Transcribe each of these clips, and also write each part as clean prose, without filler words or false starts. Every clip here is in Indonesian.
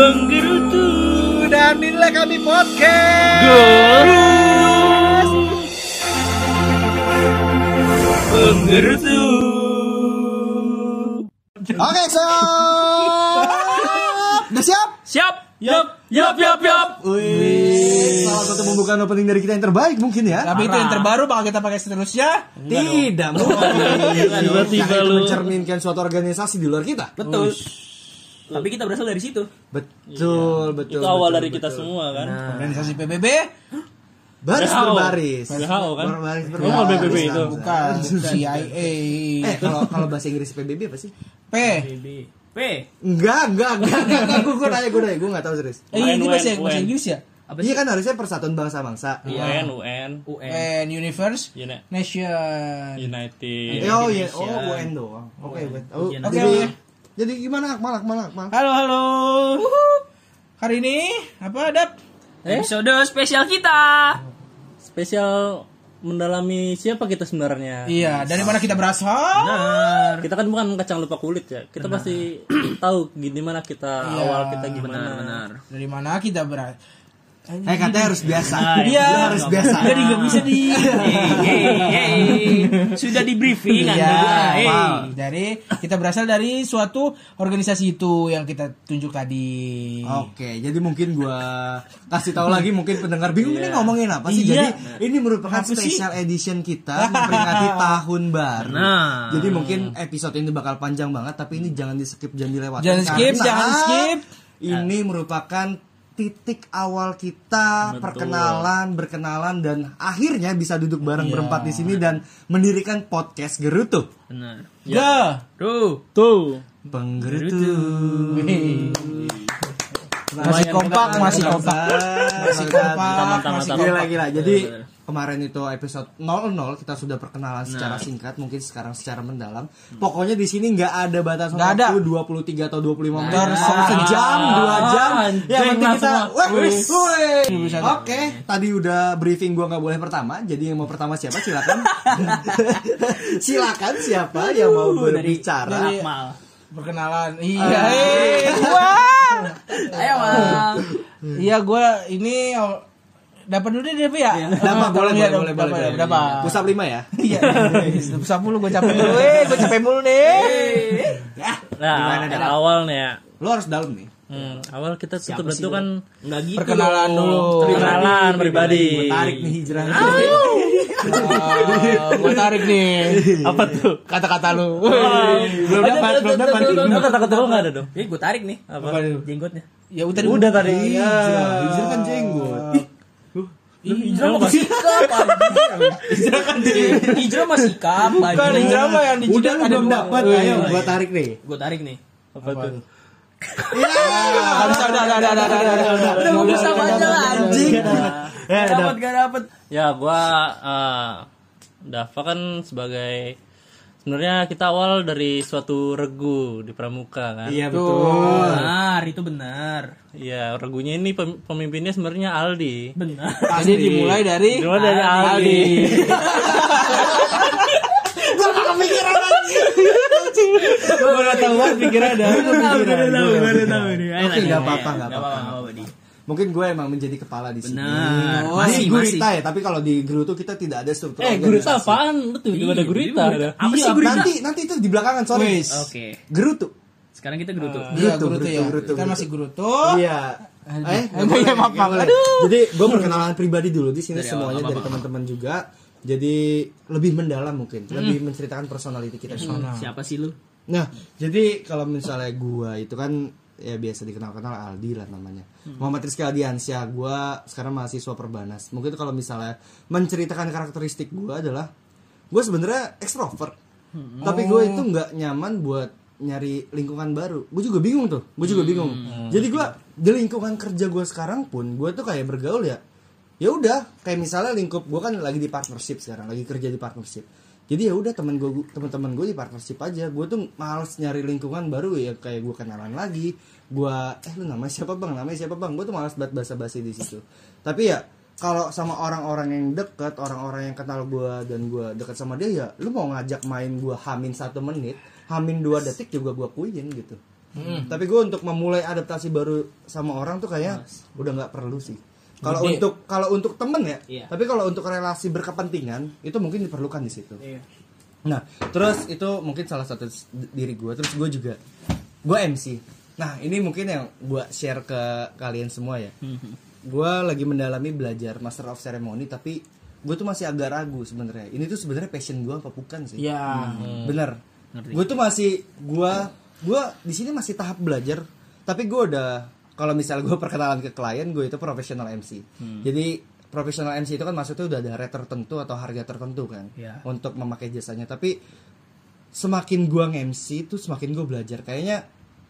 Penggerutu dan inilah kami podcast Penggerutu. Oke, udah siap? Siap. Yap. Wih, salah satu pembukaan opening dari kita yang terbaik mungkin ya. Tapi itu yang terbaru bakal kita pakai seterusnya. Tidak mungkin. Tiba-tiba Karena itu lu. mencerminkan suatu organisasi di luar kita. Betul. Tapi kita berasal dari situ. Betul. Itu awal dari kita semua kan. Organisasi PBB Baris WHO. berbaris. WHO kan? Baris Ngomong PBB itu. bukan CIA. Kalau bahasa Inggris PBB apa sih? P. P. Enggak. Gue nanya, gue nggak tahu serius. Ini UN. bahasa Inggris ya? Apa Iya kan harusnya Persatuan Bangsa-Bangsa. UN. UN Universe Nation. United. Oh iya, UN doang. Oke. Jadi gimana? Malak. Halo. Hari ini apa Dap? Episode spesial kita. Spesial mendalami siapa kita sebenarnya. Iya, dari mana kita berasal? Benar. Kita kan bukan kacang lupa kulit ya. Kita pasti tahu gimana kita Iya, awal kita gimana. Benar. Dari mana kita berasal? Katanya harus biasa. Iya, harus biasa. Jadi nggak bisa di. Sudah di briefing Iya, Anda. dari kita berasal dari suatu organisasi itu yang kita tunjuk tadi. Oke, jadi mungkin gua kasih tahu lagi, mungkin pendengar bingung ini ngomongin apa sih. Iya. Jadi ini merupakan Apa sih? special edition kita memperingati tahun baru. Nah. Jadi mungkin episode ini bakal panjang banget, tapi ini jangan di skip, jangan dilewatkan. Jangan skip, Karena jangan skip. Ini merupakan titik awal kita berkenalan dan akhirnya bisa duduk bareng berempat di sini dan mendirikan podcast Gerutu. Benar. Ya. Tuh. Penggerutu. Masih kompak. Mantap. Gila. Jadi kemarin itu episode 00 kita sudah perkenalan secara singkat, mungkin sekarang secara mendalam. Pokoknya di sini nggak ada batasan Nggak ada. waktu 23 atau 25 menit. Terserah. Sejam, 2 jam. Ya penting kita. Wes. Oke, tadi udah briefing gua nggak boleh pertama. Jadi yang mau pertama siapa silakan. Silakan siapa yang mau berbicara. dari- Akmal. Perkenalan. Iya. Gua. Ayo, Mal. Iya, gua ini dapat dulu deh ya. Dapat, boleh. Berapa? Pusat 5 ya. Iya. Pusat mulu gue capek dulu. Gue capek mulu nih. Nah, awal nih ya. Lo harus dalam nih. Awal kita tentu kan Enggak gitu. Perkenalan dulu. kenalan pribadi. Gue tarik nih hijrah. Gue tarik nih. Apa tuh? Kata-kata lu. Belum dapat. Kata-kata lu enggak ada dong. Gue tarik nih. Apa? Jenggotnya. Ya Udah tadi. Hijrah kan jenggot. Hijrah mah sikap. Hijrah mah sikap. Bukan hijrah mah yang di Udah jidat belum dapat. Ayo gua tarik nih. Gue tarik nih. Apa tuh? Udah Udah sama aja lah anjing. Gak dapet. Ya, gua Dava kan sebagai sebenarnya kita awal dari suatu regu di Pramuka kan. Iya betul. Benar, itu benar. Iya, regunya ini pemimpinnya sebenarnya Aldi. Benar. Jadi dimulai dari Aldi. Gua gak kepikiran anjing. Gua enggak tahu pikiran ada. Baru tahu nih. Oke, gak apa-apa. Di. Mungkin gue emang menjadi kepala di sini. Benar. Masih Masih. gurita ya, tapi kalau di Gerutu kita tidak ada struktur Gurita organisasi. apaan? Betul, juga ada gurita. Apa Iya, sih gurita? nanti itu di belakangan, sorry. Wis. Oke. Gerutu. Sekarang kita gerutu. Iya, Gerutu, Gerutu ya. Gerutu. Kita masih Gerutu. Iya. Iya, maaf. Jadi gue perkenalan pribadi dulu di sini Dari semuanya awal, dari teman-teman juga. Jadi lebih mendalam mungkin, lebih menceritakan personality kita semua. Siapa sih lu? Nah, jadi kalau misalnya gua itu kan ya biasa dikenal-kenal Aldi lah namanya. Muhammad Rizky Aldiansyah, gua sekarang mahasiswa Perbanas. Mungkin kalau misalnya menceritakan karakteristik gua adalah gua sebenarnya ekstrovert. Tapi gua itu nggak nyaman buat nyari lingkungan baru. Gua juga bingung tuh. Jadi gua di lingkungan kerja gua sekarang pun gua tuh kayak bergaul ya. Ya udah, kayak misalnya lingkup gua kan lagi di partnership sekarang, lagi kerja di partnership. Jadi ya udah teman-teman gue di partnership aja. Gue tuh males nyari lingkungan baru ya, kayak gue kenalan lagi. Gue lu namanya siapa bang? Gue tuh males banget basa-basi di situ. Tapi ya kalau sama orang-orang yang deket, orang-orang yang kenal gue dan gue deket sama dia ya, lu mau ngajak main gue hamin 1 menit, hamin 2 detik juga gue kuyin gitu. Tapi gue untuk memulai adaptasi baru sama orang tuh kayak udah nggak perlu sih. Kalau untuk temen ya, Iya. tapi kalau untuk relasi berkepentingan itu mungkin diperlukan di situ. Iya. Nah, terus itu mungkin salah satu diri gue. Terus gue juga, gue MC. Nah, ini mungkin yang gue share ke kalian semua ya. Gue lagi mendalami belajar Master of Ceremony, tapi gue tuh masih agak ragu sebenarnya. Ini tuh sebenarnya passion gue apa bukan sih? Ya. Bener. Gue tuh masih, gue di sini masih tahap belajar. Tapi gue udah, kalau misalnya gue perkenalan ke klien, gue itu professional MC. Jadi profesional MC itu kan maksudnya udah ada rate tertentu atau harga tertentu kan Iya. untuk memakai jasanya. Tapi semakin gua nge-MC tuh semakin gue belajar. Kayaknya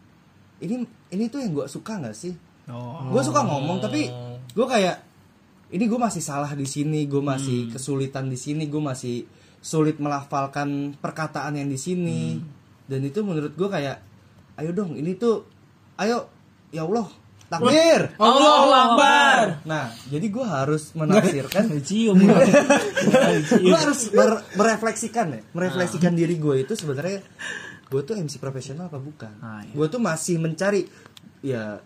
ini tuh yang gua suka nggak sih? Gue suka ngomong tapi gue kayak ini gue masih salah di sini, gue masih kesulitan di sini, gue masih sulit melafalkan perkataan yang di sini. Dan itu menurut gue kayak ayo dong ini tuh ayo ya Allah takbir. Allahu Akbar. Nah, jadi gue harus menafsirkan, Cium. gue harus merefleksikan diri gue itu sebenarnya gue tuh MC profesional apa bukan? Gue tuh masih mencari ya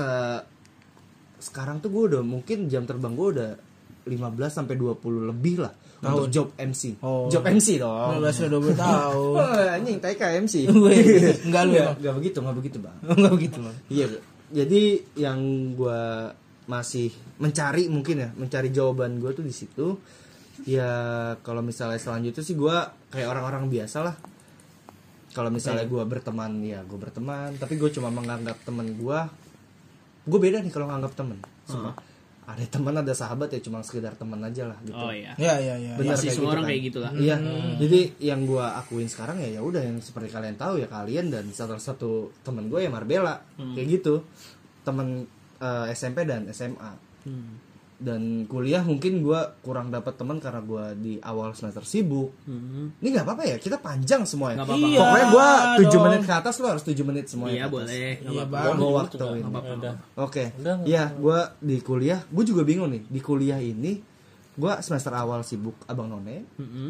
sekarang tuh gue udah mungkin jam terbang gue udah 15 sampai 20 lebih lah untuk job MC. Job MC dong. 15-20 tahun. Anjing TK MC. Enggak lu. Enggak begitu, Bang. Enggak begitu, Bang. Iya, jadi yang gue masih mencari mungkin ya, mencari jawaban gue tuh di situ. Ya kalau misalnya selanjutnya sih gue kayak orang-orang biasa lah. Kalau misalnya gue berteman ya gue berteman, tapi gue cuma menganggap teman gue beda nih kalau nganggap teman. Ada teman ada sahabat ya cuma sekedar teman aja lah gitu. Oh iya. Ya. Benar Pasti kayak semua gitu orang kan. kayak gitulah. Iya. Jadi yang gue akuin sekarang ya udah yang seperti kalian tahu ya kalian dan satu teman gue ya Marbella kayak gitu. Teman SMP dan SMA. Dan kuliah mungkin gue kurang dapat teman karena gue di awal semester sibuk. Ini nggak apa-apa ya, kita panjang semuanya. Nggak apa-apa. Iya, Pokoknya gue 7 dong. menit ke atas, lo harus 7 menit semuanya. Iya ke atas. boleh. Iya, Gue Bang. mau waktuin. Udah. Oke. Udah. Ya, gue di kuliah, gue juga bingung nih. Di kuliah ini, gue semester awal sibuk Abang None.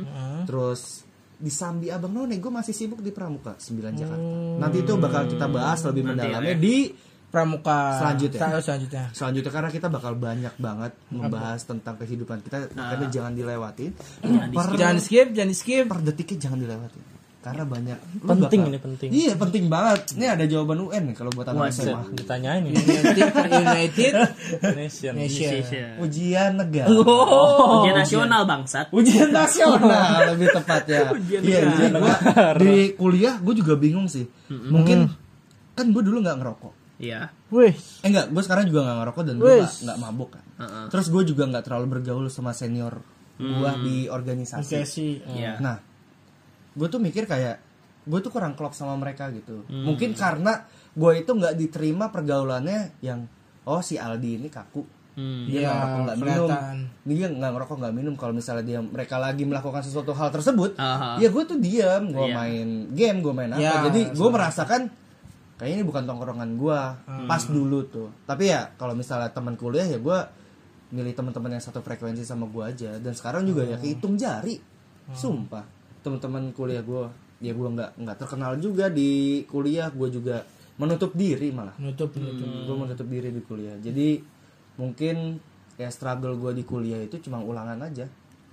Terus di Sambi Abang None, gue masih sibuk di Pramuka 9 Jakarta. Nanti itu bakal kita bahas lebih mendalamnya di Pramuka selanjutnya karena kita bakal banyak banget membahas tentang kehidupan kita, makanya jangan dilewatin. Jangan skip. Per detiknya jangan dilewatin karena banyak Penting. Iya penting banget. Ini ada jawaban UN nih kalau buat anak SMA. Ditanyain ini. United Nation. Nation. Ujian negara. Ujian nasional bangsat. Ujian nasional lebih tepatnya. Iya, jadi gua di kuliah gue juga bingung sih. Mungkin kan gue dulu nggak ngerokok. Iya. Wih. Enggak, gue sekarang juga nggak ngerokok dan gue Wis. nggak mabuk kan. Terus gue juga nggak terlalu bergaul sama senior gue di organisasi. Iya. Nah, gue tuh mikir kayak gue tuh kurang klop sama mereka gitu. Mungkin karena gue itu nggak diterima pergaulannya yang si Aldi ini kaku. Dia nggak ngerokok nggak minum. Dia nggak ngerokok nggak minum. Kalau misalnya mereka lagi melakukan sesuatu hal tersebut, ya gue tuh diam. Gue main game, gue main apa. Ya, jadi gue merasakan kayaknya ini bukan tongkrongan gue pas dulu tuh. Tapi ya kalau misalnya teman kuliah ya gue milih teman-teman yang satu frekuensi sama gue aja. Dan sekarang juga ya kehitung jari, sumpah teman-teman kuliah gue ya gue nggak terkenal juga di kuliah. Gue juga menutup diri malah. Gue menutup diri di kuliah. Jadi mungkin ya struggle gue di kuliah itu cuma ulangan aja.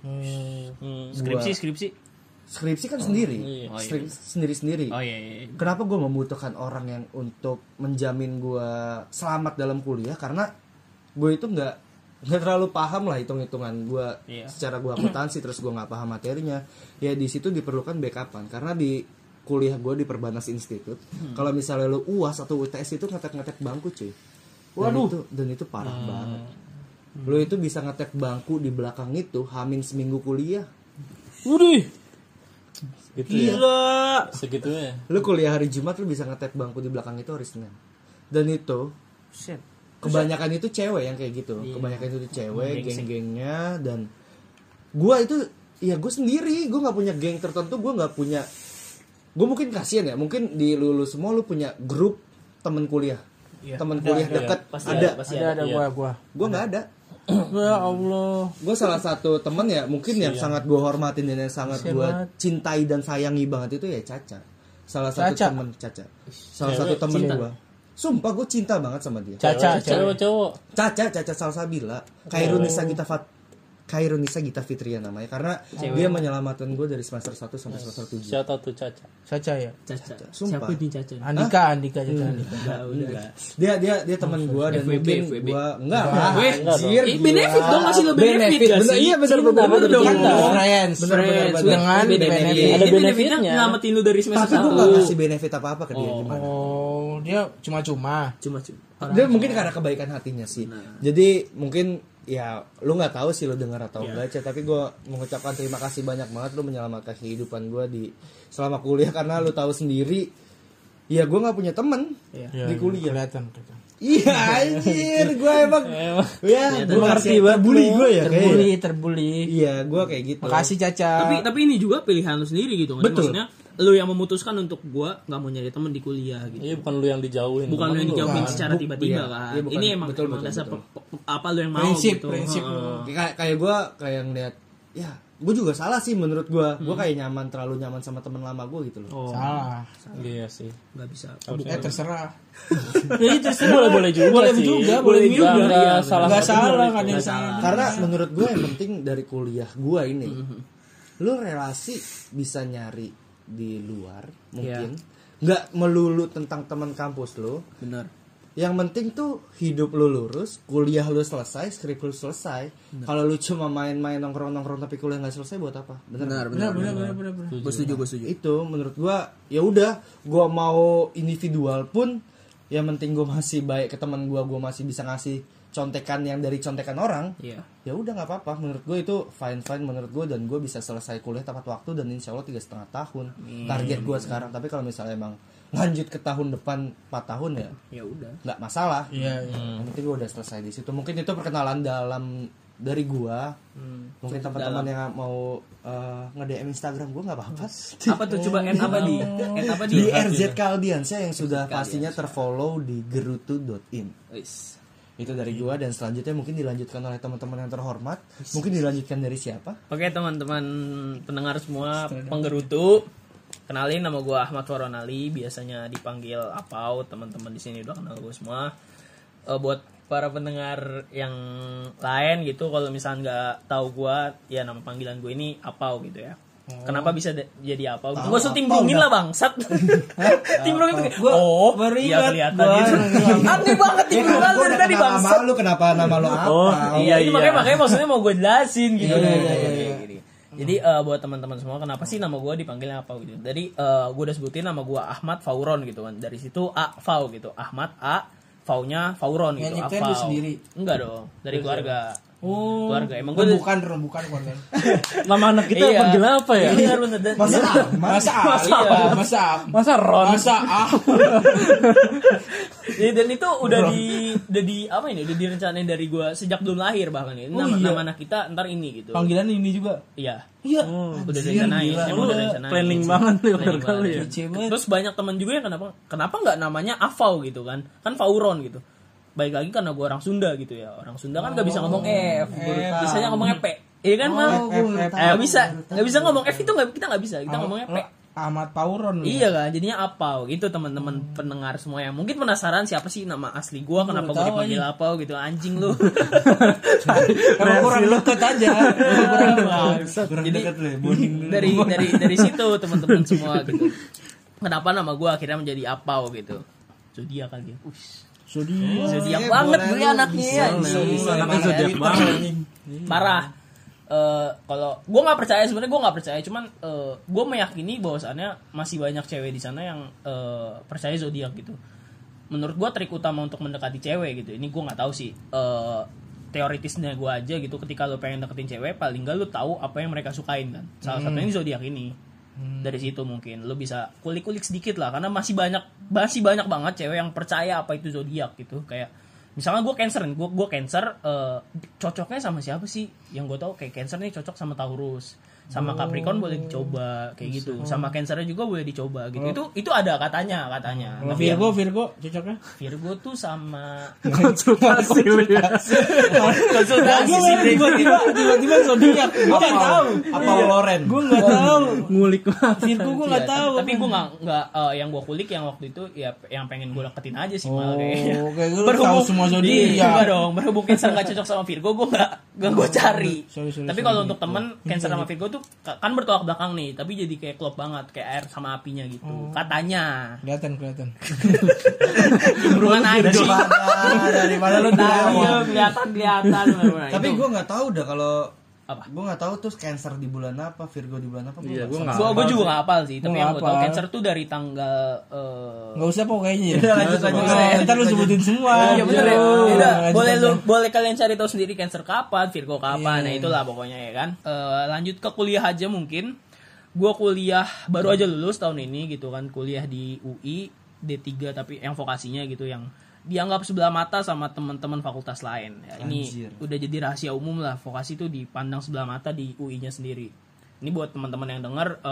Skripsi kan sendiri, sendiri. Oh iya. Kenapa gue membutuhkan orang yang untuk menjamin gue selamat dalam kuliah? Karena gue itu nggak terlalu paham lah hitung-hitungan gue secara gue akuntansi, terus gue nggak paham materinya. Ya di situ diperlukan backupan karena di kuliah gue di Perbanas Institute, kalau misalnya lo UAS atau UTS itu ngetek bangku cuy. Waduh, dan itu parah banget. Lo itu bisa ngetek bangku di belakang itu hamin seminggu kuliah. Gitu ya. Segitunya. Lu kuliah hari Jumat lu bisa ngetek bangku di belakang itu hari Senin. Dan itu kebanyakan itu cewek yang kayak gitu. Kebanyakan itu cewek, geng-gengnya. Dan gua itu ya gue sendiri, gue nggak punya geng tertentu, gue nggak punya. Gue mungkin kasihan ya, mungkin di lu semua lu punya grup temen kuliah, temen kuliah deket. Ada gua. Gue nggak ada. Ya Allah. Gue salah satu temen ya mungkin yang sangat gue hormatin dan yang sangat gue cintai dan sayangi banget itu ya Caca. salah satu Caca. temen Caca. Salah satu temen gue. Sumpah gue cinta banget sama dia. Caca, cewek. cowok. Caca Salsabila. Kairunisa Gita Fitria namanya, karena dia menyelamatkan gue dari semester 1 sampai semester 7. Shout out to Caca. Caca ya. Caca. Sumpah. Siapa nih Caca? Andika Caca. Udah. Dia teman gue dan FWB. mungkin gue enggak lah. Weh, Anjir, benefit dong, ngasih lo benefit gak Bener, sih? iya bener Cinta, bener dong. Kan friends. Bener. Dengan benefit. Ada Ini benefitnya. nyelamatin lu dari semester Tapi gue 1. gak ngasih benefit apa-apa ke dia, gimana? Oh, dia cuma-cuma. Cuma. Dia mungkin karena kebaikan hatinya sih. Jadi mungkin ya lu nggak tahu sih lu dengar atau enggak, tapi gue mengucapkan terima kasih banyak banget lu menyelamatkan kehidupan gue di selama kuliah, karena lu tahu sendiri ya gue nggak punya temen di kuliah. Kelihatan. Iya anjir, gue emang ya gue ngerti ngerti banget bully lu. gue ya kayak. Terbully. Iya gue kayak gitu. Makasih Caca. Tapi ini juga pilihan lu sendiri gitu kan. Betul. Maksudnya lu yang memutuskan untuk gua nggak mau nyari temen di kuliah gitu. Iya, bukan lu yang dijauhin. Bukan lu yang dijauhin secara Bu- tiba-tiba iya. kan. Iya, bukan. Ini emang Betul, dasar betul. apa lu yang mau Prinsip gitu. lu. Kayak gue kayak ngeliat ya gue juga salah sih menurut gue kayak terlalu nyaman sama temen lama gue gitu loh. Oh, Salah. Iya sih. nggak bisa. Terserah. Ya itu sih boleh juga Boleh sih. juga, boleh juga. Nggak Iya, salah. Enggak satu salah, itu. kan yang salah. Karena menurut gue yang penting dari kuliah gue ini, lu relasi bisa nyari di luar mungkin, nggak melulu tentang teman kampus lu. Benar. Yang penting tuh hidup lu lurus, kuliah lu selesai, skrip lu selesai. Kalau lu cuma main-main nongkrong tapi kuliah nggak selesai buat apa? Benar. Gue setuju. Itu menurut gua ya udah, gua mau individual pun yang penting gua masih baik ke teman gua masih bisa ngasih contekan yang dari contekan orang. Iya. Ya udah nggak apa-apa, menurut gue itu fine menurut gue, dan gue bisa selesai kuliah tepat waktu dan insya Allah 3,5 tahun target gue sekarang. Tapi kalau misalnya emang lanjut ke tahun depan 4 tahun Ya udah. nggak masalah. Iya. Yang penting gue udah selesai di situ. Mungkin itu perkenalan dalam dari gue. Mungkin teman-teman yang mau nge-DM Instagram gue nggak apa-apa. Apa tuh coba N apa di? N apa Di di? RZ Kaldiansyah yang sudah pastinya terfollow di gerutu.in. Wis. Itu dari gua, dan selanjutnya mungkin dilanjutkan oleh teman-teman yang terhormat. Mungkin dilanjutkan dari siapa? Oke teman-teman pendengar semua penggerutu, kenalin nama gue Ahmad Farhan Ali, biasanya dipanggil Apau. Teman-teman di sini udah kenal gue semua. Buat para pendengar yang lain gitu, kalau misalnya nggak tahu gue, ya nama panggilan gue ini Apau gitu ya. Kenapa bisa jadi Apau? Gue usah timbrungin lah bangsat. Timbrungin tuh. Oh, iya kelihatan gitu. Aneh banget timbrungan dari tadi bangsat. Lu kenapa nama lu apa? Oh, Iya, ini makanya maksudnya mau gue jelasin gitu. Jadi buat teman-teman semua, kenapa sih nama gue dipanggilnya apa gitu? Jadi gue udah sebutin nama gue Ahmad Fauron gitu kan. Dari situ A Fau gitu. Ahmad A, Faunya Fauron gitu. Yang nyiptain lu sendiri? Enggak dong, dari keluarga. Keluarga. Emang Gue gue bukan keluarga. Nama anak kita Iya. panggil apa ya? Iya, bener. Masa Ron. Dan itu udah di apa ini? Udah direncanain dari gue sejak belum lahir bahkan ini. Nama anak kita ntar ini gitu. Panggilan ini juga. Iya. Iya. Udah direncanain. gila. Emang udah direncanain. Planning banget nih Planning keluarga lu ya. banget. Terus banyak teman juga yang kenapa nggak namanya Afau gitu kan Fauron gitu. Baik lagi karena gue orang Sunda gitu ya. Orang Sunda kan nggak bisa ngomong F, biasanya ngomongnya P. Iya kan mah? Nggak bisa ngomong F itu kita nggak bisa. Kita ngomongnya P. Ahmad Pauron. Iya kan, jadinya Apau gitu teman-teman pendengar semua yang mungkin penasaran siapa sih nama asli gue, kenapa gue dipanggil Apau gitu, anjing lu. Kalau kurang deket aja. Jadi dari situ teman-teman semua gitu. Kenapa nama gue akhirnya menjadi Apau gitu? Zodiak kali. Zodiak banget gue anaknya ya. Anaknya zodiak banget. Parah. Kalau gue nggak percaya, sebenarnya gue nggak percaya, cuman gue meyakini bahwasannya masih banyak cewek di sana yang percaya zodiak gitu. Menurut gue trik utama untuk mendekati cewek gitu, ini gue nggak tahu sih, teoritisnya gue aja gitu. Ketika lo pengen deketin cewek, paling nggak lo tahu apa yang mereka sukain kan. Salah satunya ini zodiak ini. Dari situ mungkin lo bisa kulik-kulik sedikit lah, karena masih banyak banget cewek yang percaya apa itu zodiak gitu. Kayak misalnya gue Cancer, cocoknya sama siapa sih? Yang gue tahu kayak Cancer nih cocok sama Taurus, sama Capricorn boleh dicoba kayak gitu, sama Cancer juga boleh dicoba gitu. Itu ada katanya. Kalau Tapi Virgo cocoknya? Virgo tuh sama Konsultasi lu ya. konsultasi sih. Tiba-tiba zodiak. Gue nggak tahu. Apa Loren? Gue nggak tahu. Ngulik banget. Virgo gue nggak tahu. Tapi gue nggak yang gue kulik yang waktu itu ya yang pengen gue deketin aja sih malah kayaknya. Kayak gue tahu semua zodiak. Enggak dong, berhubung Cancer nggak cocok sama Virgo, gue nggak gue cari. Sorry, Tapi kalau untuk temen Cancer sama Virgo tuh kan bertolak belakang nih, tapi jadi kayak klop banget, kayak air sama apinya gitu. Katanya. Kelihatan. Cemburuan anjing. Dari mana lu tahu? Iya, kelihatan. Tapi gue nggak tahu dah kalau Apa? gue nggak tahu tuh Cancer di bulan apa, Virgo di bulan apa. Iya, gua gue nggak nggak. Gue juga nggak hafal sih, tapi Gua yang nggak gue tahu hafal. Cancer tuh dari tanggal Nggak usah pokoknya ya. Udah, lanjut. Ntar lu sebutin semua. Iya bener ya. Yo, Yaudah, lanjut. boleh kalian cari tahu sendiri Cancer kapan, Virgo kapan. Nah itulah pokoknya ya kan. Lanjut ke kuliah aja mungkin. Gue kuliah baru aja lulus tahun ini gitu kan, kuliah di UI D3 tapi yang vokasinya gitu, yang dianggap sebelah mata sama teman-teman fakultas lain. Ya, ini Anjir. udah jadi rahasia umum lah, vokasi itu dipandang sebelah mata di UI-nya sendiri. Ini buat teman-teman yang dengar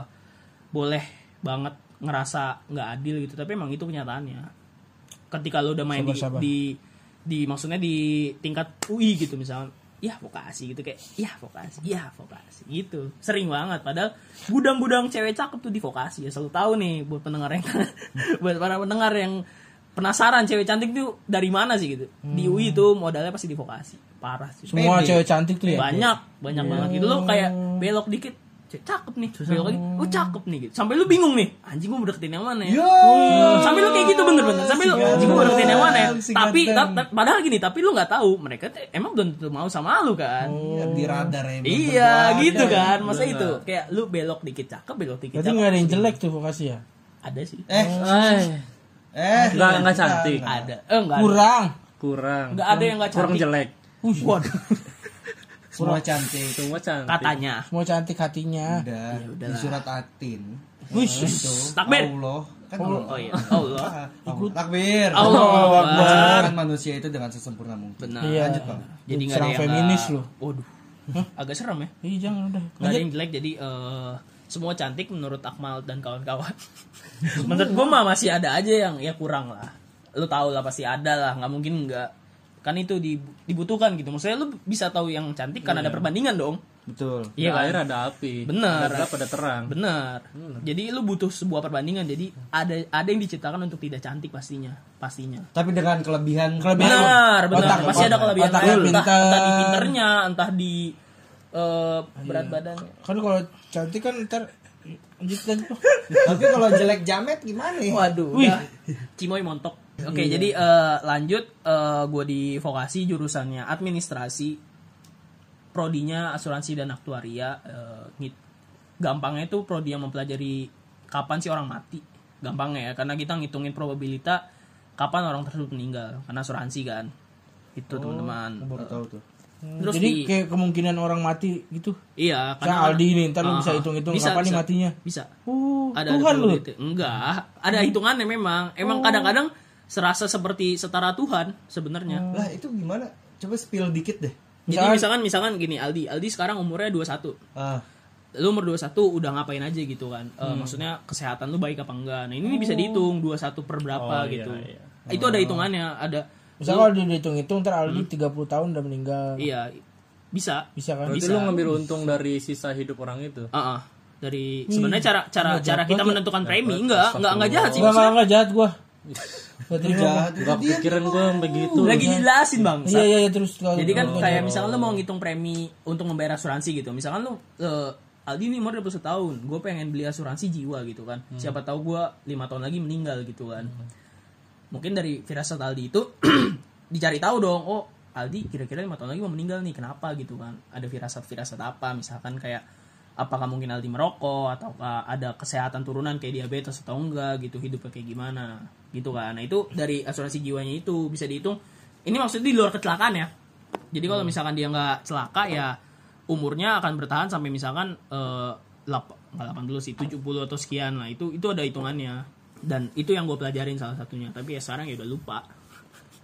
boleh banget ngerasa nggak adil gitu, tapi emang itu kenyataannya. Ketika lo udah main Sabar. di maksudnya di tingkat UI gitu misalnya, ya vokasi gitu, kayak ya vokasi gitu, sering banget. Padahal gudang-gudang cewek cakep tuh di vokasi ya, selalu tahu nih buat pendengar yang buat para pendengar yang penasaran cewek cantik tuh dari mana sih gitu. Di UI tuh modalnya pasti di vokasi, parah sih. Semua cewek cantik tuh ya. Banyak banget gitu. Lo kayak belok dikit cakep nih, belok lagi cakep nih gitu, sampai lu bingung nih, anjing gue mau deketin yang mana ya. Sampai lu kayak gitu bener-bener, sampai lu anjing gue mau deketin yang mana ya. Tapi padahal gini, tapi lu nggak tahu mereka emang belum tentu mau sama lu kan. di radar ya. Iya gitu kan, masa itu kayak lu belok dikit cakep, belok dikit Berarti cakep. nggak ada yang jelek tuh vokasi ya. Ada sih, Nggak cantik. ada enggak Kurang. nggak ada yang nggak Kurang cantik. jelek. Waduh, Semua cantik. Semua cantik. katanya. Semua cantik hatinya. Udah di surat Atin. Wih, Itu Takbir. Allah kan Oh iya, Allah. Takbir. Allahu Akbar. Kan manusia itu dengan sesempurna mungkin. Benar. Iya. Lanjut, Bang. Jadi nggak ada Serang yang feminis nggak- lu. Waduh, agak serem ya. Ih, jangan udah. Nggak ada yang jelek, jadi semua cantik menurut Akmal dan kawan-kawan. Menurut gue mah masih ada aja yang ya kurang lah. Lu tahu lah pasti ada lah, nggak mungkin nggak. Kan itu dibutuhkan gitu. Maksudnya lu bisa tahu yang cantik kan ada perbandingan dong. Betul. Iya, Iya kan? air ada api. Bener. Ada gelap, ada terang. Bener. Jadi lu butuh sebuah perbandingan. Jadi ada yang diciptakan untuk tidak cantik pastinya. Tapi dengan kelebihan Benar. Otak, Masih ada kelebihan otaknya lain. Entah pintar. di pinternya, entah di berat badannya. Kan kalau cantik kan ntar lanjutkan tuh. Tapi kalau jelek jamet gimana ya? Waduh, udah. Cimoy montok. Oke, jadi lanjut, gue di vokasi jurusannya administrasi, prodinya asuransi dan aktuaria. Gampangnya itu prodi yang mempelajari kapan sih orang mati. Gampangnya ya, karena kita ngitungin probabilitas kapan orang tersebut meninggal, karena asuransi kan. Itu teman-teman. Baru tahu tuh. Terus Jadi kayak kemungkinan orang mati gitu. iya, Karena Aldi ini ntar lu bisa hitung-hitung kapan nih matinya. Bisa. Tuhan lu. probability. Enggak, ada hitungannya memang. Emang kadang-kadang serasa seperti setara Tuhan sebenarnya. Lah itu gimana? Coba spill dikit deh. Jadi misalkan gini, Aldi sekarang umurnya 21. Lu umur 21 udah ngapain aja gitu kan. Maksudnya kesehatan lu baik apa enggak. Nah, ini bisa dihitung 21 per berapa gitu. iya. Itu ada hitungannya, ada. Misalnya kalau dihitung-hitung ntar Aldi 30 tahun udah meninggal. Iya. Bisa. Bisa kan? Berarti lu ngambil untung dari sisa hidup orang itu. Dari sebenarnya cara kita menentukan premi enggak jahat sih. Enggak jahat gua. Gak terima. Gak pikiran gue begitu. Lagi dijelasin bang. Iya terus kalau Jadi kan kayak misalkan lu mau ngitung premi untuk membayar asuransi gitu. Misalkan lu Aldi ini umur 21 tahun, gue pengen beli asuransi jiwa gitu kan. Siapa tahu gue 5 tahun lagi meninggal gitu kan. Mungkin dari firasat Aldi itu dicari tahu dong. Oh Aldi kira-kira 5 tahun lagi mau meninggal nih, kenapa gitu kan. Ada firasat apa, misalkan kayak apakah mungkin Aldi merokok, ataukah ada kesehatan turunan kayak diabetes atau enggak gitu, hidupnya kayak gimana gitu kan. Nah itu dari asuransi jiwanya itu bisa dihitung. Ini maksudnya di luar kecelakaan ya. Jadi kalau misalkan dia nggak celaka ya umurnya akan bertahan sampai misalkan 80 sih, 70 atau sekian lah. Itu ada hitungannya. Dan itu yang gue pelajarin salah satunya. Tapi ya sekarang ya udah lupa.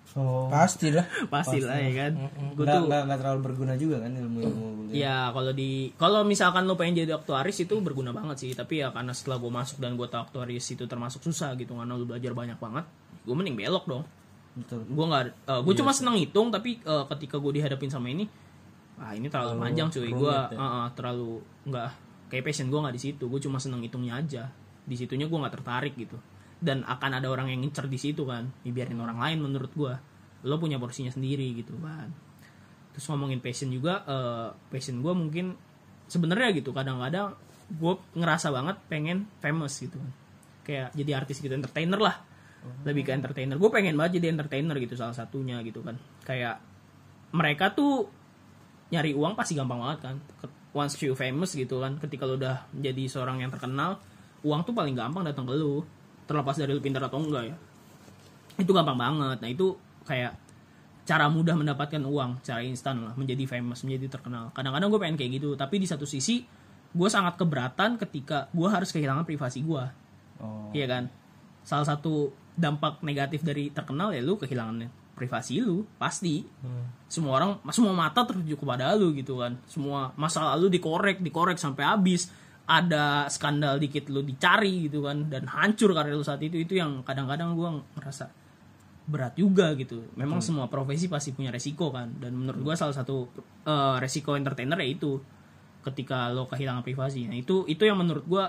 Oh. Pasti lah. Pastilah ya kan. Gue tuh Nggak terlalu berguna juga kan ilmu-ilmu kuliah. ya kalau misalkan lo pengen jadi aktuaris itu berguna banget sih, tapi ya karena setelah gue masuk dan gue tahu aktuaris itu termasuk susah gitu karena lo belajar banyak banget, gue mending belok dong. Betul. Gue cuma seneng hitung, tapi ketika gue dihadapin sama ini ini terlalu panjang cuy. Gue terlalu nggak kayak passion gue nggak di situ. Gue cuma seneng hitungnya aja, di situnya gue nggak tertarik gitu. Dan akan ada orang yang ngincer di situ kan, biarin orang lain. Menurut gue lo punya porsinya sendiri gitu kan. Terus ngomongin passion juga, passion gue mungkin sebenarnya gitu, kadang-kadang gue ngerasa banget pengen famous gitu kan, kayak jadi artis gitu, entertainer lah, lebih ke entertainer. Gue pengen banget jadi entertainer gitu, salah satunya gitu kan. Kayak mereka tuh nyari uang pasti gampang banget kan, once you famous gitu kan. Ketika lo udah jadi seorang yang terkenal, uang tuh paling gampang datang ke lo, terlepas dari lo pintar atau enggak ya, itu gampang banget. Nah itu kayak cara mudah mendapatkan uang, cara instan lah, menjadi famous, menjadi terkenal. Kadang-kadang gue pengen kayak gitu, tapi di satu sisi gue sangat keberatan ketika gue harus kehilangan privasi gue. Iya kan, salah satu dampak negatif dari terkenal ya lu kehilangan privasi lu pasti. Semua mata tertuju kepada lu gitu kan, semua masalah lu dikorek sampai habis. Ada skandal dikit lu dicari gitu kan, dan hancur karir lu saat itu yang kadang-kadang gue ngerasa berat juga gitu. Memang semua profesi pasti punya resiko kan, dan menurut gue salah satu resiko entertainer ya itu ketika lo kehilangan privasi. Nah itu yang menurut gue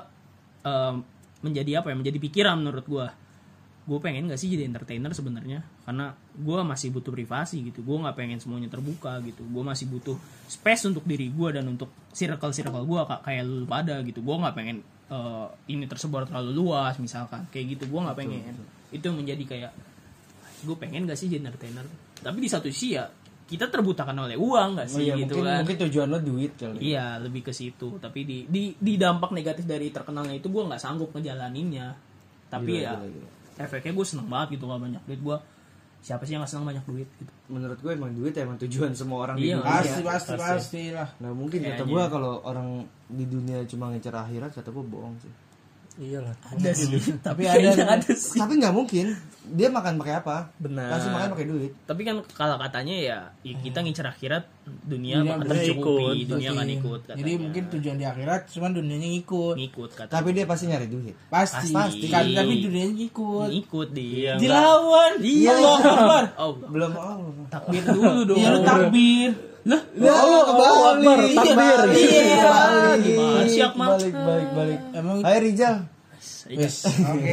menjadi menjadi pikiran menurut gue pengen gak sih jadi entertainer sebenarnya, karena gue masih butuh privasi gitu. Gue nggak pengen semuanya terbuka gitu, gue masih butuh space untuk diri gue dan untuk circle gue kayak lu pada gitu. Gue nggak pengen ini tersebar terlalu luas misalkan kayak gitu, gue nggak pengen. Itu menjadi kayak gue pengen gak sih jadi entertainer, tapi di satu sisi ya kita terbutakan oleh uang gak sih gitu kan. Mungkin tujuan lo duit kali. Iya, lebih ke situ. Tapi di dampak negatif dari terkenalnya itu gue nggak sanggup ngejalaninnya. Tapi gila. Efeknya gue seneng banget gitu kalau banyak duit. Gue siapa sih yang nggak seneng banyak duit gitu. Menurut gue emang duit emang tujuan semua orang Iya, di dunia. Pasti lah. Nah mungkin kata gue kalau orang di dunia cuma ngincer akhirat, kata gue bohong sih. Iyalah. Ada sih. Tapi ada sih. Tapi nggak mungkin dia makan pakai apa? Benar. Pasti makan pakai duit. Tapi kan kalau katanya ya kita ngincer akhirat, dunia Dunia akan ikut. tercukupi, dunia akan ikut katanya. Jadi mungkin tujuan di akhirat, cuman dunianya ngikut. ngikut katanya. Tapi dia pasti nyari duit. Pasti. Pasti. Kan, tapi dunianya ngikut. Ngikut dia. Dilawan. Iya. Allah Akbar. Oh, Belum takbir dulu dong. Iya lu takbir. Allah kembali. Takbir. Iya. Gimana sih Akmal? Balik. Emang Hai Rijal. wis. Oke.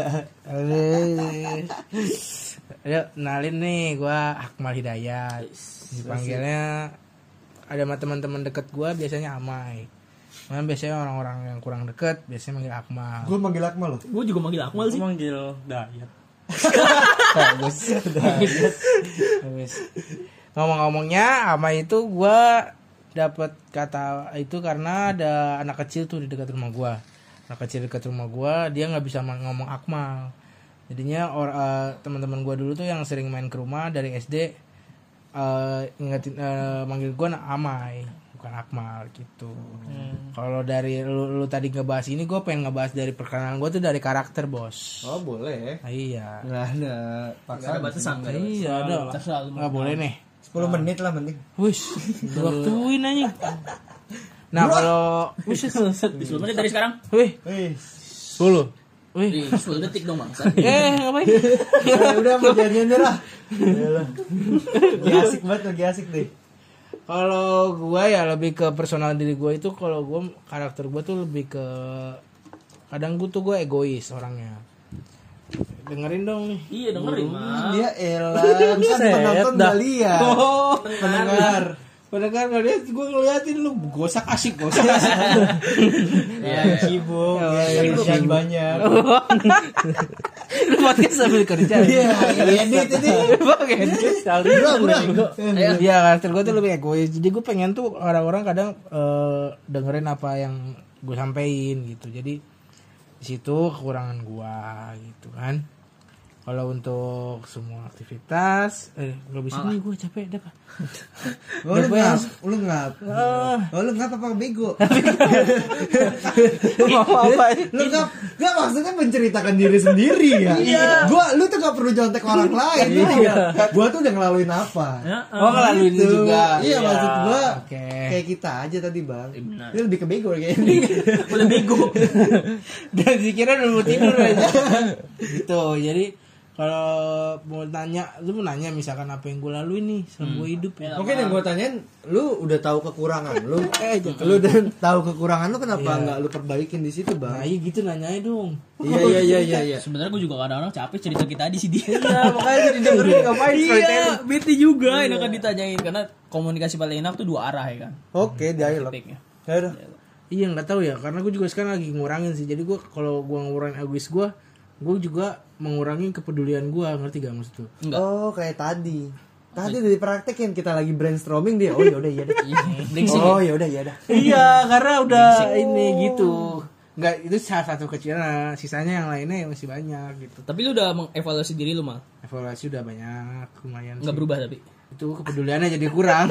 Ayo, kenalin nih, gua Akmal Hidayat. Dipanggilnya ada sama teman-teman deket gua biasanya Amai. Cuman biasanya orang-orang yang kurang deket biasanya manggil Akmal. Gue manggil Akmal loh. Gue juga manggil Akmal sih. Gue manggil Dayat. Bagus. Bagus. Ngomong-ngomongnya, Amai itu gua dapat kata itu karena ada anak kecil tuh di dekat rumah gua. Anak kecil dekat rumah gua, dia nggak bisa ngomong Akmal. Jadinya teman-teman gua dulu tuh yang sering main ke rumah dari SD ingetin manggil gua Amai, bukan Akmal gitu. Kalau dari lu tadi ngebahas ini, gua pengen ngebahas dari perkenalan gua tuh dari karakter, Bos. Oh boleh. Nah, iya. Nggak ada Gak ada batasan. Iya, ada. Nggak boleh nih. 10 menit lah penting. Wish, waktuin anjing. Nah, kalau wish 10 menit dari sekarang. wih, 10. Wih. Di 10 detik dong bangsa. Ngapain? Udah mau janjian lah. Lagi asik deh. Kalau gua ya lebih ke personal diri gua itu, kalau gua karakter gua tuh lebih ke kadang gua egois orangnya. Dengerin dong nih. Iya dengerin mah. Dia elah, bisa penonton dah. gak lihat. Pendengar. Padahal ngeliat, gue ngeliatin lu gosak asik. Ya sibuk, kerjaan banyak. Lu podcast sambil kerja. Iya, edit ini. Iya, karakter gue tuh lebih egois. Jadi gue pengen tuh orang-orang kadang dengerin apa yang gue sampein gitu. Jadi di situ kekurangan gue gitu kan. Kalau untuk semua aktivitas, nggak bisa nih gue capek dah Pak. Oh, lu ngap apa bego? Lu ngap maksudnya menceritakan diri sendiri ya. Lu tuh gak perlu nyontek orang lain. Gua tuh udah ngelaluin apa. Ngelaluin itu juga. Iya, maksud gua kayak kita aja tadi Bang. Lu lebih ke bego kayaknya. Udah bego. Dan dikira udah mau tidur aja. Gitu. Jadi kalau mau nanya misalkan apa yang gue lalui nih selama gue hidup ya. Mungkin yang gue tanyain, lu udah tahu kekurangan lu, lu udah tahu kekurangan lu, kenapa nggak lu perbaikin di situ Bang? Nah iya gitu nanyanya dong. Iya. Sebenarnya gue juga kadang-kadang capek cerita kita di sini. Iya makanya jadi dengerin ngapain Iya, bete juga enakan ditanyain karena komunikasi paling enak tuh dua arah ya kan. Oke, dialog. Ya udah. Iya nggak tahu ya, karena gue juga sekarang lagi ngurangin sih. Jadi gue kalau gue ngurangin egois gue juga mengurangi kepedulian gue, ngerti gak maksud tuh? Enggak. Oh kayak tadi udah dipraktekin, kita lagi brainstorming dia. Oh yaudah iya dah. Oh yaudah iya dah. Iya karena udah ini gitu. Enggak, itu salah satu kecilnya, sisanya yang lainnya ya masih banyak gitu. Tapi lu udah mengevaluasi diri lu Mal? Evaluasi udah banyak, lumayan. Enggak berubah tapi? Itu kepeduliannya jadi kurang.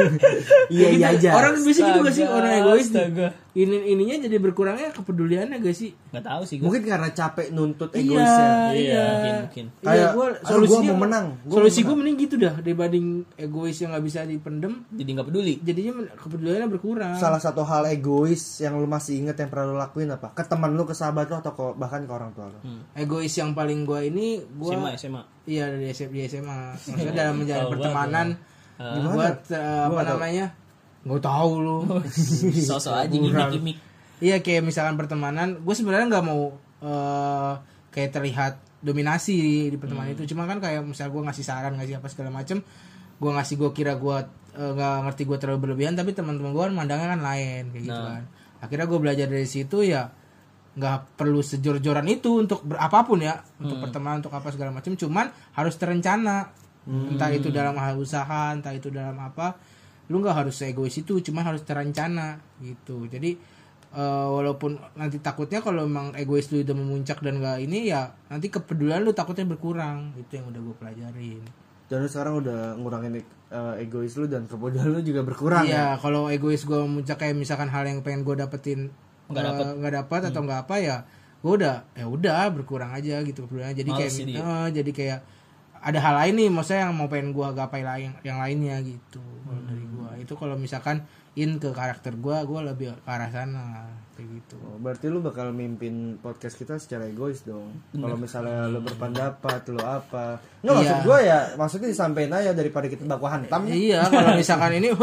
Iya aja. Orang bisa gitu gak sih, orang egois ininya jadi berkurangnya kepeduliannya gak sih? Nggak tahu sih gue. Mungkin karena capek nuntut egoisnya. Iya, mungkin. Kayak solusinya gua mau menang. Solusi gue mending gitu dah, dibanding egois yang nggak bisa dipendem. Jadi nggak peduli. Jadinya kepeduliannya berkurang. Salah satu hal egois yang lu masih inget yang pernah lu lakuin apa? Ke teman lu, ke sahabat lu, atau bahkan ke orang tua lu? Egois yang paling gue ini gue SMA. Iya dari SMA. Maksudnya dalam menjalin pertemanan. Buat apa namanya? Nggak tahu lu. Sosok aja gimmick. Iya kayak misalkan pertemanan, gue sebenarnya nggak mau kayak terlihat dominasi di pertemanan itu. Cuma kan kayak misal gue ngasih saran, ngasih apa segala macem, gue kira gue nggak ngerti gue terlalu berlebihan, tapi teman-teman gue kan mandangnya kan lain kayak gitu kan. Akhirnya gue belajar dari situ ya nggak perlu sejor-joran itu untuk apapun ya, untuk pertemanan, untuk apa segala macam, cuman harus terencana. Entah itu dalam hal usaha, entah itu dalam apa, lu nggak harus egois itu, cuman harus terencana gitu. Jadi walaupun nanti takutnya kalau memang egois lu udah memuncak dan nggak ini ya, nanti kepedulian lu takutnya berkurang. Itu yang udah gue pelajarin. Dan lu sekarang udah ngurangin egois lu dan kepedulian lu juga berkurang. Iya, kalau egois gue memuncak kayak misalkan hal yang pengen gue dapetin nggak dapat atau nggak apa ya, gue udah berkurang aja gitu kepeduliannya. Jadi kayak ada hal lain nih, maksudnya yang mau pengen gue gapai yang lainnya gitu. Kalau dari gue itu, kalau misalkan ke karakter gue lebih ke arah sana kayak gitu. Berarti lu bakal mimpin podcast kita secara egois dong. Kalau misalnya lu berpendapat, lu apa? Nggak, maksud gue ya, maksudnya disampein aja daripada kita baku hantam. Iya, kalau misalkan ini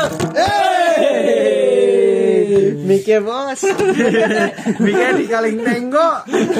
Mike bos. Mike dikaling nenggok.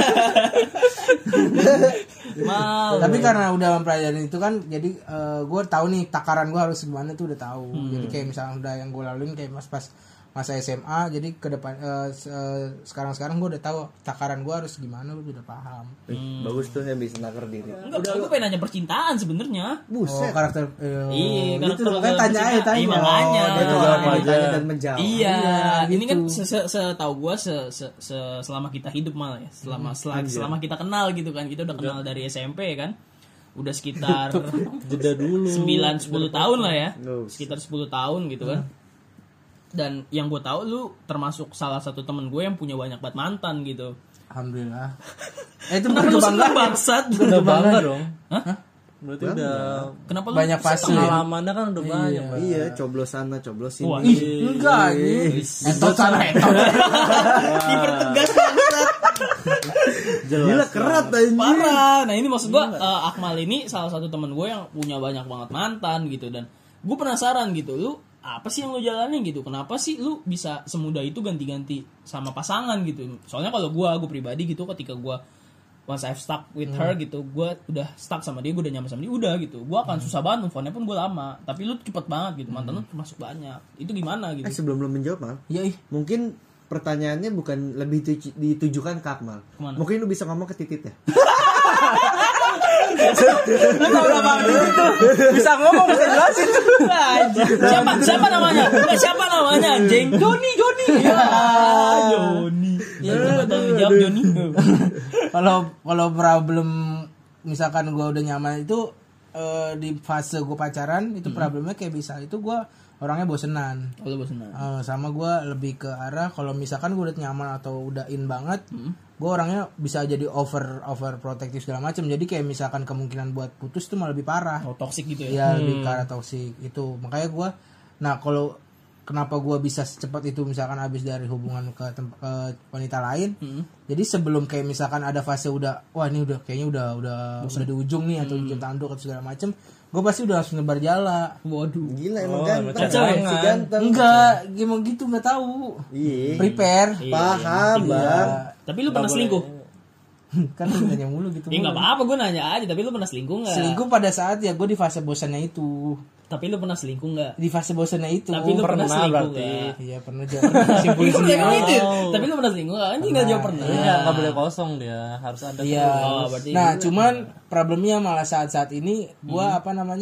Tapi karena udah mempelajari itu kan, jadi gue tahu nih takaran gue harus gimana tuh udah tahu. Jadi kayak misalnya udah yang gue laluin kayak pas masa SMA, jadi ke depan sekarang gue udah tahu takaran gue harus gimana, gue udah paham. Bagus tuh yang bisa nakar diri. Enggak, gue pengen nanya percintaan sebenarnya. Buset. Karakter iya, gitu kan, tanya. Makanya. Tanya dan menjawab. Iya, gitu. ini kan setahu gue selama kita hidup malah ya, selama kita kenal gitu kan, kita udah kenal dari SMP kan. Udah sekitar jeda dulu 9-10 tahun lah ya. Sekitar 10 tahun gitu kan. Dan yang gue tahu lu termasuk salah satu temen gue yang punya banyak banget mantan gitu. Alhamdulillah. Itu Kenapa lu seneng bangsat? udah bangga dong. Hah? Berarti udah Kenapa lu banyak fase. pengalamannya kan udah banyak. Bang. Iya, coblos sana, coblos sini. Wah, Enggak ini. Entot sana entot. Dipertegas bangsat. Gila kerat aja. Parah. Nah ini maksud gue, Akmal ini salah satu temen gue yang punya banyak banget mantan gitu. Dan gue penasaran gitu, lu apa sih yang lu jalanin gitu? Kenapa sih lu bisa semudah itu ganti-ganti sama pasangan gitu? Soalnya kalau gue pribadi gitu, ketika gue once I've stuck with her gitu, gue udah stuck sama dia, gue udah nyaman sama dia, udah gitu. Gue akan susah banget, move on-nya pun gue lama. Tapi lu cepet banget gitu, mantan lu termasuk banyak. Itu gimana gitu? Sebelum lu menjawab, Mal. Iya, Mungkin pertanyaannya bukan lebih ditujukan ke Akmal. Kemana? Mungkin lu bisa ngomong ke titit ya. lu tau apa itu? Bisa ngomong, bisa jelasin. Siapa namanya? Siapa namanya? Anjing. Joni. Ya, Joni. Ya, coba tolong jawab Joni. Kalau problem misalkan gue udah nyaman itu di fase gue pacaran itu problemnya kayak bisa itu gue orangnya bosenan. Kalau bosan. Sama gue lebih ke arah kalau misalkan gue udah nyaman atau udah in banget, gue orangnya bisa jadi over protektif segala macam. Jadi kayak misalkan kemungkinan buat putus tuh malah lebih parah. Oh, toxic gitu ya. Ya lebih ke arah toksik itu. Makanya gue, nah kalau kenapa gue bisa secepat itu misalkan habis dari hubungan ke wanita lain. Jadi sebelum kayak misalkan ada fase udah, wah ini udah kayaknya udah di ujung nih atau ujung tanduk atau segala macam, gue pasti udah langsung nebar jala. Waduh. Gila emang ganteng. cadangan. Si ganteng. Enggak, gimana gitu nggak tahu. Iya. Prepare. Paham, Bang. Tapi lu pernah selingkuh? Kan lu nanya mulu gitu. Ya nggak apa-apa, gue nanya aja. Tapi lu pernah selingkuh nggak? Selingkuh pada saat ya gue di fase bosannya itu. Tapi lu pernah selingkuh nggak? Di fase bosannya itu. Tapi lu pernah selingkuh nggak? Iya pernah jawab. Simpulin Iya, sendiri. emang itu. Tapi lu pernah selingkuh nggak? Anjing nggak jawab pernah. Iya, nggak boleh kosong dia, harus ada. Iya. Oh, berarti Nah, cuman problemnya malah saat ini gua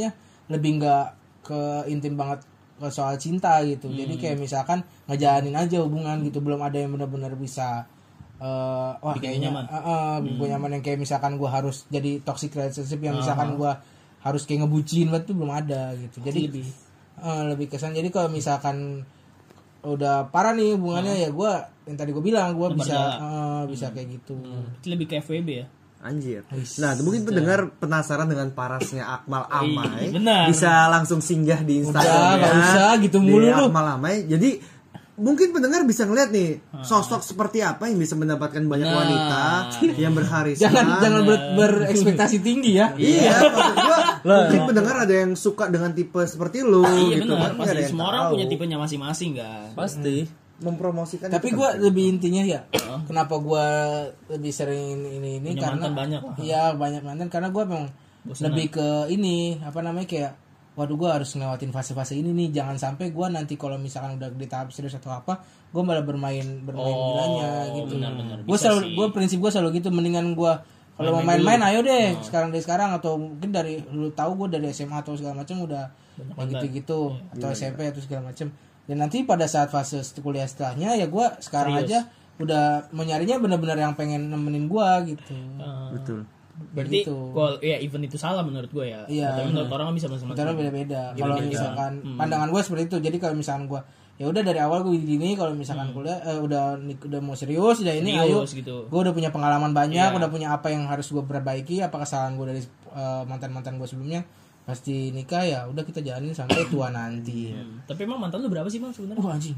lebih nggak ke intim banget ke soal cinta gitu. Jadi kayak misalkan ngejalanin aja hubungan gitu, belum ada yang benar-benar bisa wah bikin kayaknya bikin nyaman yang kayak misalkan gua harus jadi toxic relationship yang misalkan gua harus kayak ngebucin banget tuh belum ada gitu. Jadi lebih kesan. Jadi kalau misalkan udah parah nih hubungannya ya gua yang tadi gua bilang gua bisa kayak gitu. Itu lebih ke FWB ya. Anjir. Nah, mungkin pendengar penasaran dengan parasnya Akmal Amai. Benar. Bisa langsung singgah di Udah, Instagramnya. nggak usah gitu di mulu lu. Akmal Amai. Jadi mungkin pendengar bisa ngeliat nih sosok seperti apa yang bisa mendapatkan banyak wanita yang berharisma. Jangan berekspektasi tinggi ya. Iya, maksud gua mungkin pendengar ada yang suka dengan tipe seperti lu Iya gitu benar. kan. Nggak ada Pasti yang semua orang tahu. punya tipenya masing-masing kan. Pasti. Mempromosikan. Tapi itu gue penting. lebih intinya ya, kenapa gue lebih sering ini Punya karena mantan banyak lah. Iya banyak mantan karena gue memang lebih ke ini kayak, waduh gue harus ngelewatin fase-fase ini nih, jangan sampai gue nanti kalau misalkan udah di tahap serius atau apa, gue malah bermain gilanya gitu. benar-benar. Gue prinsip gue selalu gitu, mendingan gue kalau mau main-main ayo deh sekarang atau mungkin dari lu tahu gue dari SMA atau segala macam udah gitu-gitu atau SMP atau segala macam. Dan nanti pada saat fase kuliah setelahnya ya gue sekarang aja udah menyarinya benar-benar yang pengen nemenin gue gitu. Betul. Berarti Gitu. kalau ya event itu salah menurut gue ya. Iya. Tapi menurut orang kan bisa masing-masing. Cara beda-beda. Kalau misalkan pandangan gue seperti itu. Jadi kalau misalkan gue ya udah dari awal gue gini, kalau misalkan kuliah udah mau serius udah ini ayo. Gitu. Gue udah punya pengalaman banyak, udah punya apa yang harus gue perbaiki, apa kesalahan gue dari mantan-mantan gue sebelumnya. Pasti nikah ya udah kita jalanin sampai tua nanti. Tapi emang mantan lu berapa sih bang sebenarnya? Anjing.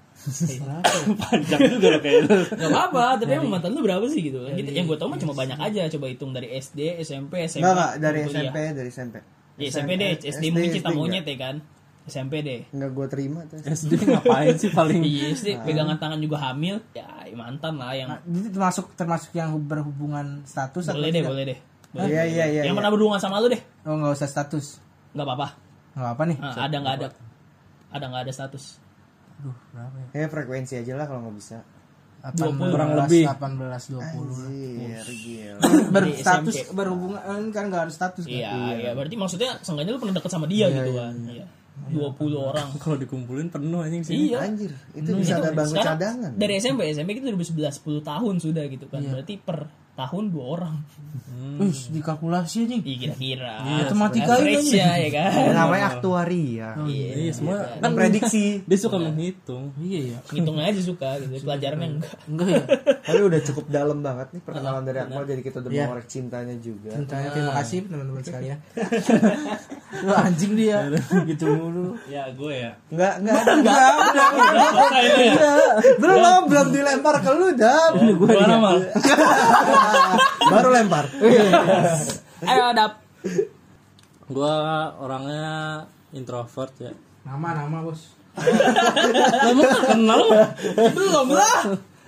Panjang juga loh kayaknya. Gak apa-apa, tapi emang mantan lu berapa sih gitu? Gitu. Yang gue tau mah cuma banyak aja, coba hitung dari SD, SMP, SMA. Enggak dari kuliah. SMP. Ya, SMP deh, SD mungkin cinta monyet ya kan. SMP deh. Enggak gue terima tuh. SD ngapain sih paling? Iya SD pegangan tangan juga hamil. Ya mantan lah yang Jadi termasuk yang berhubungan status boleh deh, boleh deh. Iya. Yang pernah berhubungan sama lu deh. Oh nggak usah status. Nggak apa-apa. Nggak apa nih. Nah, ada nggak ada? Ada nggak ada status? Aduh berapa ya? Kayak frekuensi aja lah kalau nggak bisa. 18, kurang lebih. 18 20 lah. Anjir, gila. Berstatus SMP. berhubungan kan nggak harus status kan. Iya, berarti maksudnya seenggaknya lu pernah deket sama dia gitu kan. Iya. 20 orang. Kalau dikumpulin penuh anjing sih. Iya. Anjir, itu bisa ada bangku Sekarang cadangan. dari SMP kita 2011 10 tahun sudah gitu kan. Berarti per tahun 2 orang. Dikalkulasi nih. Iya kira-kira. Matematika ini Average ya kan. Namanya aktuaria. Iya, semua Kan prediksi. dia suka menghitung. Iya ya. Ngitung aja suka gitu. Pelajarannya enggak. Enggak ya. Tapi udah cukup dalam banget nih perkenalan dari Akmal, jadi kita udah mengorek cintanya juga. Cintanya terima kasih teman-teman sekalian. Lu anjing dia. Gitu mulu. Ya, gue ya. Enggak. ya? Belum dilempar ke lu, Dap. Gua nama. Baru lempar. Ayo dap. Gua orangnya introvert ya. Nama bos. Kamu kenal? Belum lah.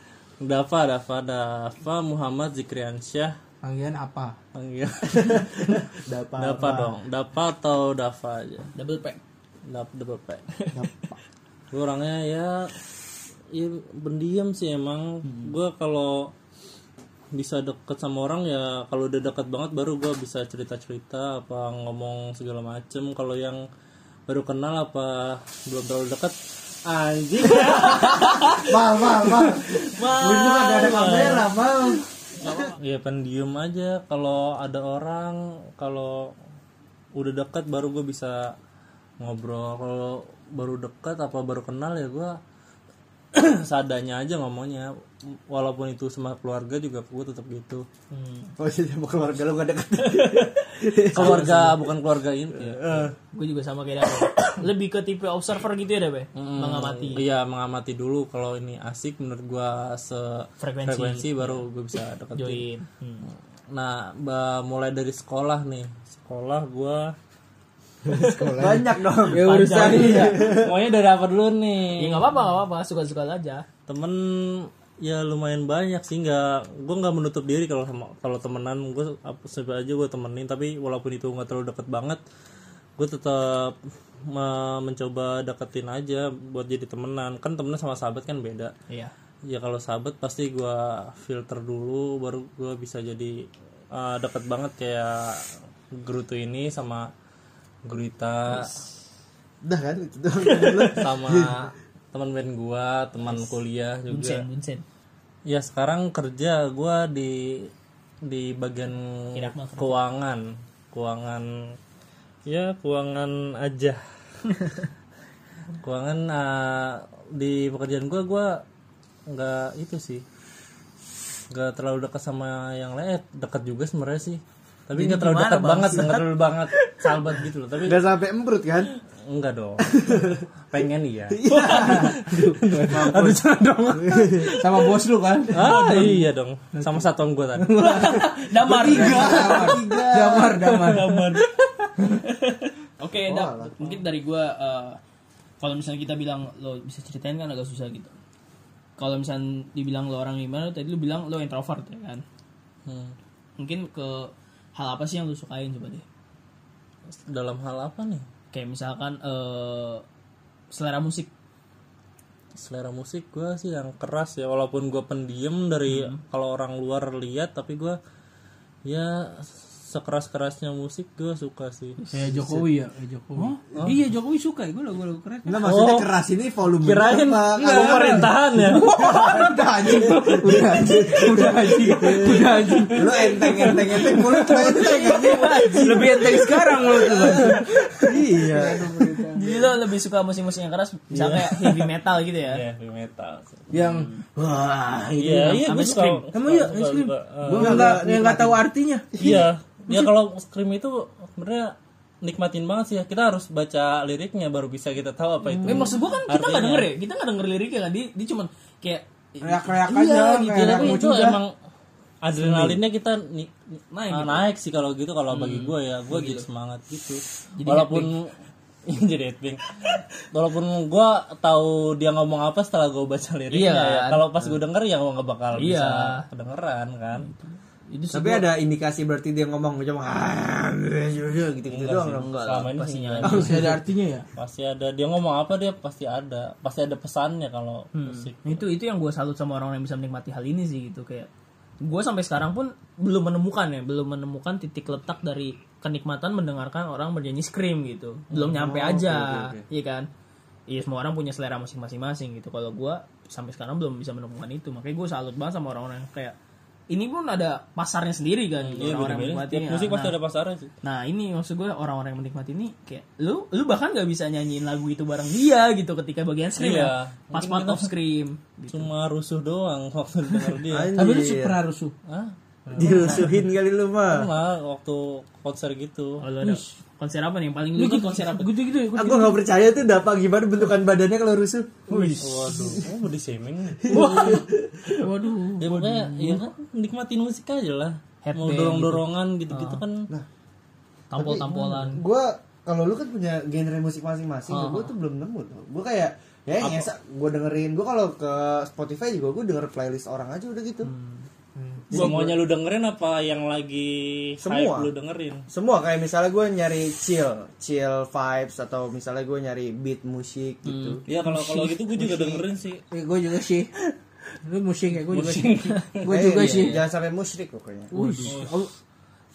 Dava Muhammad Zikriansyah. Panggilan apa? Panggil. Dapa. Dava dong. Dava atau Dava aja. Double P. Double P. Gue orangnya ya pendiam sih emang. Gue kalau bisa deket sama orang ya kalau udah deket banget baru gue bisa cerita apa ngomong segala macem. Kalau yang baru kenal apa belum terlalu deket anjing. Mal. Untung ada kamera, Mal. Ya pendiam aja. Kalau ada orang, kalau udah dekat baru gue bisa ngobrol. Kalau baru dekat apa baru kenal ya gue seadanya aja ngomongnya. Walaupun itu sama keluarga juga gue tetap gitu. Oh iya, sama keluarga lu gak deket. Keluarga bukan keluarga ini. Ya. Gue juga sama kayak Dabe. Lebih ke tipe observer gitu ya Dabe. Mengamati. Iya mengamati dulu. Kalau ini asik menurut gue frekuensi baru gue bisa deketin. Join. Nah mulai dari sekolah nih. Sekolah gue Banyak dong. Ya urusan ya. maunya dari apa dulu nih? Ya nggak apa-apa, suka-suka aja. Temen ya lumayan banyak sih, gue nggak menutup diri kalau temenan. Gue sampai aja gue temenin, tapi walaupun itu nggak terlalu deket banget, gue tetap mencoba deketin aja buat jadi temenan. Kan temenan sama sahabat kan beda. Iya. Ya kalau sahabat pasti gue filter dulu baru gue bisa jadi deket banget kayak Gerutu ini sama Gurita. Udah kan itu doang. Sama teman band gua, teman kuliah juga. Bunsen. Ya sekarang kerja gua di bagian keuangan aja. Keuangan di pekerjaan gua nggak itu sih, nggak terlalu dekat sama yang lain. Dekat juga sebenarnya sih, tapi nggak terlalu dekat banget, nggak terlalu banget sahabat gitu loh. Tapi Gak sampai embrut kan? enggak dong. Pengen iya. Aduh jangan dong. Sama bos lu kan? Iya dong. Sama satuan gue tadi. Damar. Damar. Oke, mungkin dari gue kalau misalnya kita bilang lo bisa ceritain kan agak susah gitu. Kalau misalnya dibilang lo orang gimana, tadi lo bilang lo introvert ya kan. Mungkin ke hal apa sih yang lo sukain coba deh. Dalam hal apa nih? Kayak misalkan selera musik Gue sih yang keras ya, walaupun gue pendiam dari kalau orang luar lihat, tapi gue ya sekeras-kerasnya musik gue suka sih. Kayak Jokowi ya, Jokowi. Iya Jokowi suka ya, gue lagu keren. Enggak maksudnya keras ini volume. Kirain pemerintahan ya. Udah anjing. Lu enteng mulut lu enteng. Lebih enteng sekarang mulut lu. Iya. jadi lo lebih suka musik-musik yang keras misalnya kayak heavy metal gitu ya. Iya, heavy metal. Yang wah Iya, gue suka. Emang iya, Scream. Gue nggak tahu artinya. Iya. Ya kalau Scream itu sebenarnya nikmatin banget sih ya. Kita harus baca liriknya baru bisa kita tahu apa itu. Maksud gue kan kita nggak denger ya, kita nggak denger liriknya kan, dia cuman kayak Reak-reak aja, gitu. kayak Tapi itu juga. emang adrenalinnya kita naik sih kalau gitu. Kalau bagi gue ya, gue jadi semangat gitu. Walaupun jadi headbang. Walaupun gue tahu dia ngomong apa setelah gue baca liriknya. Ya. Kalau pas gue denger ya gue nggak bakal bisa kedengeran kan. Tapi ada indikasi berarti dia ngomong gitu doang. enggak Selama ini pastinya. Masih ada artinya ya? Pasti ada. Dia ngomong apa dia pasti ada pesannya kalau musik. Itu yang gue salut sama orang yang bisa menikmati hal ini sih gitu. Kayak gue sampai sekarang pun belum menemukan titik letak dari kenikmatan mendengarkan orang bernyanyi Scream gitu. Belum nyampe aja. Iya kan? Iya, semua orang punya selera musik masing-masing gitu. Kalau gue sampai sekarang belum bisa menemukan itu. Makanya gue salut banget sama orang-orang yang kayak ini pun ada pasarnya sendiri kan. Orang-orang yang menikmati musik pasti ada pasarnya sih. Nah ini maksud gue orang-orang yang menikmati ini kayak lu bahkan gak bisa nyanyiin lagu itu bareng dia gitu ketika bagian Scream ya. Pas part of Scream gitu. Cuma rusuh doang waktu denger dia. Tapi lu pernah rusuh? Dirusuhin kali lu mah. Pernah waktu konser gitu. Kalau ada konser apa nih yang paling lu ikut konser apa? Gitu ya. Aku nggak percaya tuh dapat gimana bentukan badannya kalau rusuh. Waduh, body shaming. Waduh. Ya makanya ya kan nikmatin musik aja lah. Mau dorong-dorongan gitu-gitu kan. Nah, tampol-tampolan. Gue kalau lu kan punya genre musik masing-masing, gue tuh belum nemu tuh. Gue kayak ya ngesek gue dengerin. Gue kalau ke Spotify juga gue denger playlist orang aja udah gitu. Semuanya lu dengerin apa yang lagi Semua. hype lu dengerin? Semua kayak misalnya gue nyari chill vibes atau misalnya gue nyari beat musik gitu. Iya kalau gitu gue juga dengerin sih. Gue juga sih. Lu musik ya, gue juga sih. Gue juga sih. Jangan sampai musyrik pokoknya.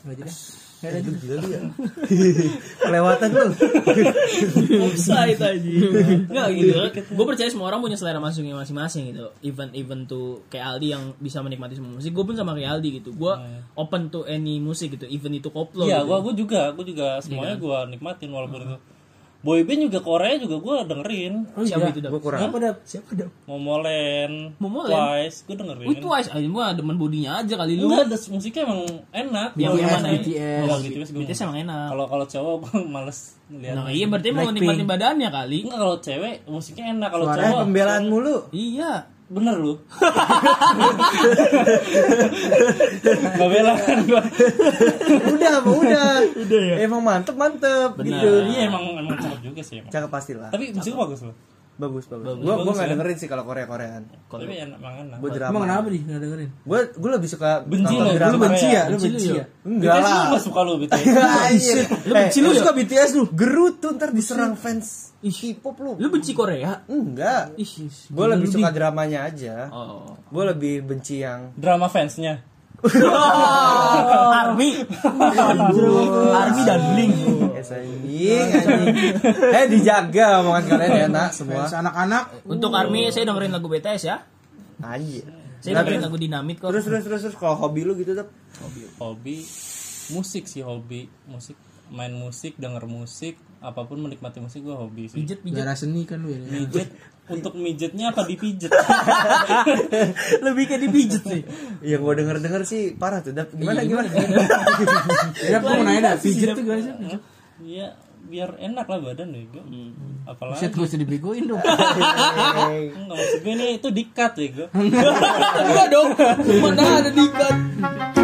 Enggak jelas. Gila dia. Kelewatan lu. Offside aja. Enggak gitu. Gue percaya semua orang punya selera masuknya masing-masing gitu. Even tuh kayak Aldi yang bisa menikmati semua musik. Gue pun sama kayak Aldi gitu. Gue open to any musik gitu. Even itu koplo. Iya, gitu. gue juga semuanya gue nikmatin walaupun itu. Boyband juga Korea juga gue dengerin. Siapa itu? Gue kurang. Siapa dah? Momoland, Momoland? Twice, gue dengerin. Wih Twice, aja mah demen bodinya aja kali lu. Enggak, ada musiknya emang enak. Yang mana? BTS. Oh, BTS, BTS emang enak. Kalau cowok gue males lihat. Nah iya berarti mau nikmatin badannya kali. Enggak, kalau cewek musiknya enak, kalau Suaranya cowok pembelaan mulu. Iya. bener lu. Gak bela kan gua. Udah ya? Emang mantep Benar. gitu. Iya emang cakep juga sih emang. Cakep pastilah. Tapi musiknya bagus loh. Bagus. Bagus Gua nggak ya. dengerin sih kalau Koreaan. Tapi emang enak. Gua drama. Emang kenapa nih nggak dengerin? Gue lebih suka Benci nonton lo, drama. lu benci ya? Lu benci ya? Enggak BTS lu lah. gak suka lu BTS. Anjir. Lu benci lu suka BTS lu? Gerut tuh ntar diserang fans K-pop lu. Lu benci Korea? Enggak. Ih, Gue lebih suka dramanya aja. Oh. Gue lebih benci yang Drama fansnya. Army. Army dan Blink. anjing. Dijaga omongan kalian ya nak semua. Fans anak-anak. Untuk Army saya dengerin lagu BTS ya. Anjir. Saya dengerin lagu Dinamit kok. Terus kalau hobi lu gitu tuh. Hobi musik sih, hobi musik, main musik, denger musik, apapun menikmati musik gue hobi sih. Pijet. Darah seni kan lu ya. Mijet, untuk mijetnya apa dipijet? Lebih kayak dipijet sih. Yang gue denger sih parah tuh. Gimana? Ya aku mau nanya dah, pijet tuh gimana sih? Iya, biar enak lah badan deh gue. Apalagi Set gue usah dibegoin dong. enggak, maksud gue ini itu dikat ya gue. Enggak dong. Mana ada dikat.